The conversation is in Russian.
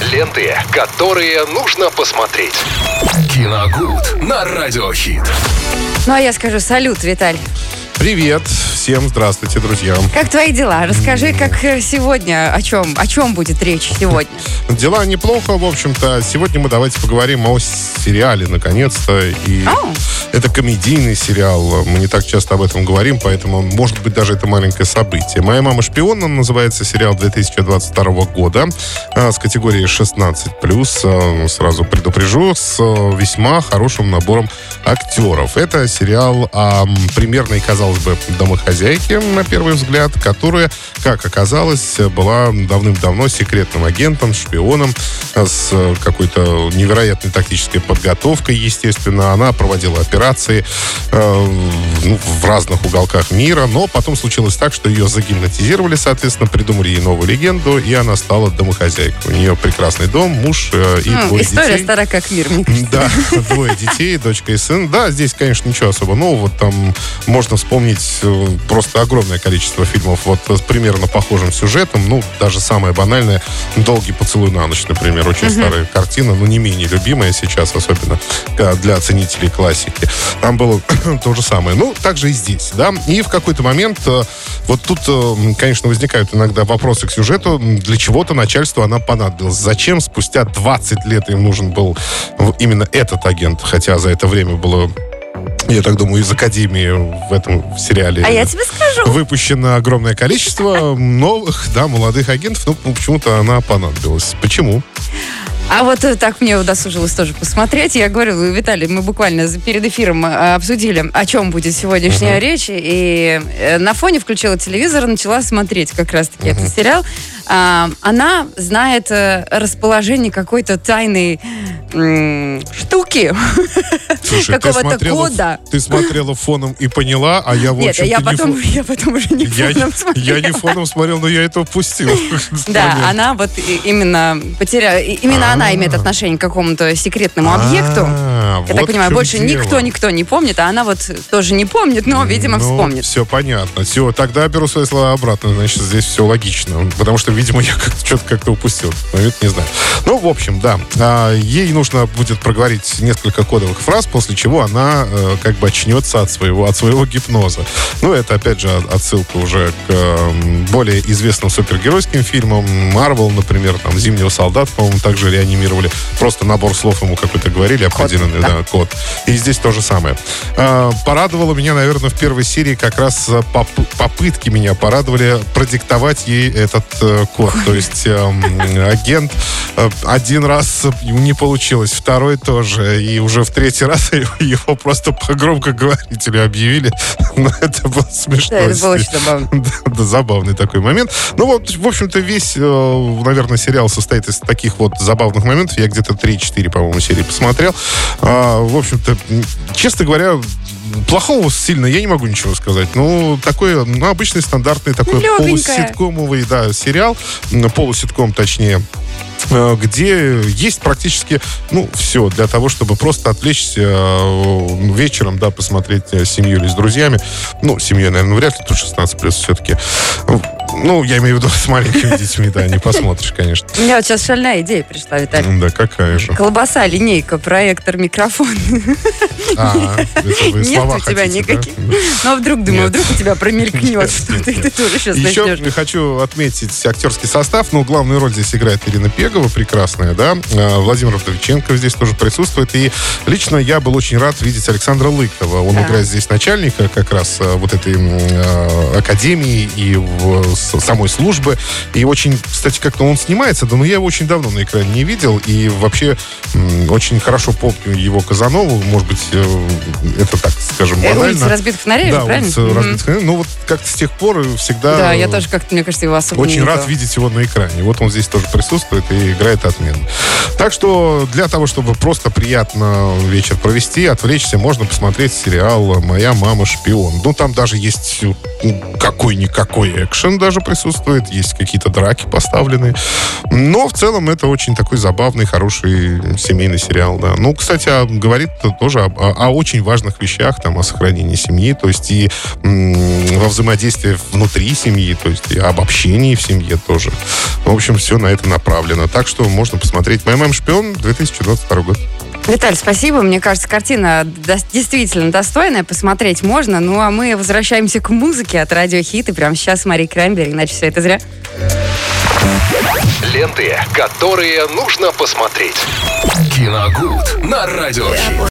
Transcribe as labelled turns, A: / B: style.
A: Ленты, которые нужно посмотреть. Киногуд на Радиохит.
B: Ну, а я скажу салют, Виталь.
C: Привет всем, здравствуйте, друзья.
B: Как твои дела? Расскажи, как сегодня, о чем будет речь сегодня?
C: Дела неплохо, в общем-то. Сегодня мы давайте поговорим о сериале, наконец-то. И это комедийный сериал. Мы не так часто об этом говорим, поэтому, может быть, даже это маленькое событие. «Моя мама шпион», называется сериал 2022 года с категорией 16+. Сразу предупрежу, с весьма хорошим набором актеров. Это сериал о примерной, казалось бы, домохозяйке, на первый взгляд, которая, как оказалось, была давным-давно секретным агентом, шпионом с какой-то невероятной тактической подготовкой, естественно. Она проводила операции в разных уголках мира, но потом случилось так, что ее загипнотизировали, соответственно, придумали ей новую легенду, и она стала домохозяйкой. У нее прекрасный дом, муж и двое детей.
B: История стара как мир, мне кажется.
C: Да, двое детей, дочка и сын. Да, здесь, конечно, ничего особо нового. Там можно вспомнить просто огромное количество фильмов вот с примерно похожим сюжетом. Ну, даже самое банальное «Долгий поцелуй на ночь», например. Очень старая картина, но не менее любимая сейчас, особенно для ценителей классики. Там было то же самое. Ну, так же и здесь, да. И в какой-то момент вот тут, конечно, возникают иногда вопросы к сюжету. Для чего-то начальству она понадобилась. Зачем спустя 20 лет им нужен был именно этот агент? Хотя за это время было... Я так думаю, из Академии в этом сериале
B: я тебе скажу.
C: Выпущено огромное количество новых, да, молодых агентов. Но почему-то она понадобилась. Почему?
B: А вот так мне удосужилось тоже посмотреть. Я говорю, Виталий, мы буквально перед эфиром обсудили, о чем будет сегодняшняя речь. И на фоне включила телевизор, начала смотреть как раз-таки этот сериал. Она знает расположение какой-то тайной штуки.
C: Слушай,
B: какого-то кода.
C: Ты смотрела фоном и поняла, а я, в общем-то,
B: я потом уже не фоном смотрела.
C: Я не фоном смотрел, но я это упустил.
B: Да, она вот именно потеряла... Именно она имеет отношение к какому-то секретному объекту. Я так понимаю, больше никто не помнит, а она вот тоже не помнит, но, видимо, вспомнит.
C: Все понятно. Все, тогда беру свои слова обратно. Значит, здесь все логично. Потому что, видимо, я что-то как-то упустил. Не знаю. Ну, в общем, да. Ей нужно будет проговорить несколько кодовых фраз, после чего она как бы очнется от своего гипноза. Ну, это, опять же, отсылка уже к более известным супергеройским фильмам. Марвел, например, там, «Зимнего солдата», по-моему, также реанимировали. Просто набор слов ему какой-то говорили, определенный, код. И здесь то же самое. Порадовало меня, наверное, в первой серии как раз попытки меня порадовали продиктовать ей этот код. То есть агент один раз не получилось, второй тоже, и уже в третий раз его просто по громкоговорителю объявили. Но это было смешно.
B: Да, это было очень забавно.
C: Да, забавный такой момент. Ну вот, в общем-то, весь, наверное, сериал состоит из таких вот забавных моментов. Я где-то 3-4, по-моему, серии посмотрел. В общем-то, честно говоря, плохого сильно я не могу ничего сказать. Ну, такой, обычный стандартный такой полуситкомовый, сериал, полуситком, точнее, где есть практически, все для того, чтобы просто отвлечься вечером, посмотреть с семьей или с друзьями. Семьей, наверное, вряд ли, тут 16+ все-таки. Я имею в виду с маленькими детьми, не посмотришь, конечно.
B: У меня вот сейчас шальная идея пришла, Виталий.
C: Да, какая же?
B: Колбаса, линейка, проектор, микрофон.
C: Это вы
B: нет
C: слова
B: у тебя
C: хотите,
B: никаких.
C: Да?
B: Вдруг у тебя промелькнет. Ты тоже сейчас начнешь.
C: Еще хочу отметить актерский состав. Главную роль здесь играет Ирина Пегова, прекрасная, да. Владимир Вдовиченков здесь тоже присутствует. И лично я был очень рад видеть Александра Лыкова. Он играет здесь начальника как раз вот этой академии и самой службы. И очень, кстати, как-то он снимается, но я его очень давно на экране не видел. И вообще очень хорошо помню его Казанову. Может быть, это так, скажем, банально.
B: «Улица разбитых фонарей», правильно?
C: «Улица разбитых фонарей». Вот как-то с тех пор всегда...
B: Да, я тоже как-то, мне кажется, его особо
C: очень рад видеть его на экране. Вот он здесь тоже присутствует и играет отменно. Так что для того, чтобы просто приятно вечер провести, отвлечься, можно посмотреть сериал «Моя мама шпион». Там даже есть какой-никакой экшен, даже присутствует, есть какие-то драки поставлены. Но в целом это очень такой забавный, хороший семейный сериал, да. Ну, кстати, говорит тоже о очень важных вещах, там, о сохранении семьи, то есть и во взаимодействии внутри семьи, то есть и об общении в семье тоже. В общем, все на это направлено. Так что можно посмотреть «МММ Шпион», 2022 год.
B: Виталь, спасибо. Мне кажется, картина действительно достойная. Посмотреть можно. Ну, а мы возвращаемся к музыке от Радио Хит. И прямо сейчас Мария Краймбери, иначе все это зря.
A: Ленты, которые нужно посмотреть. Киногуд на Радио Хит.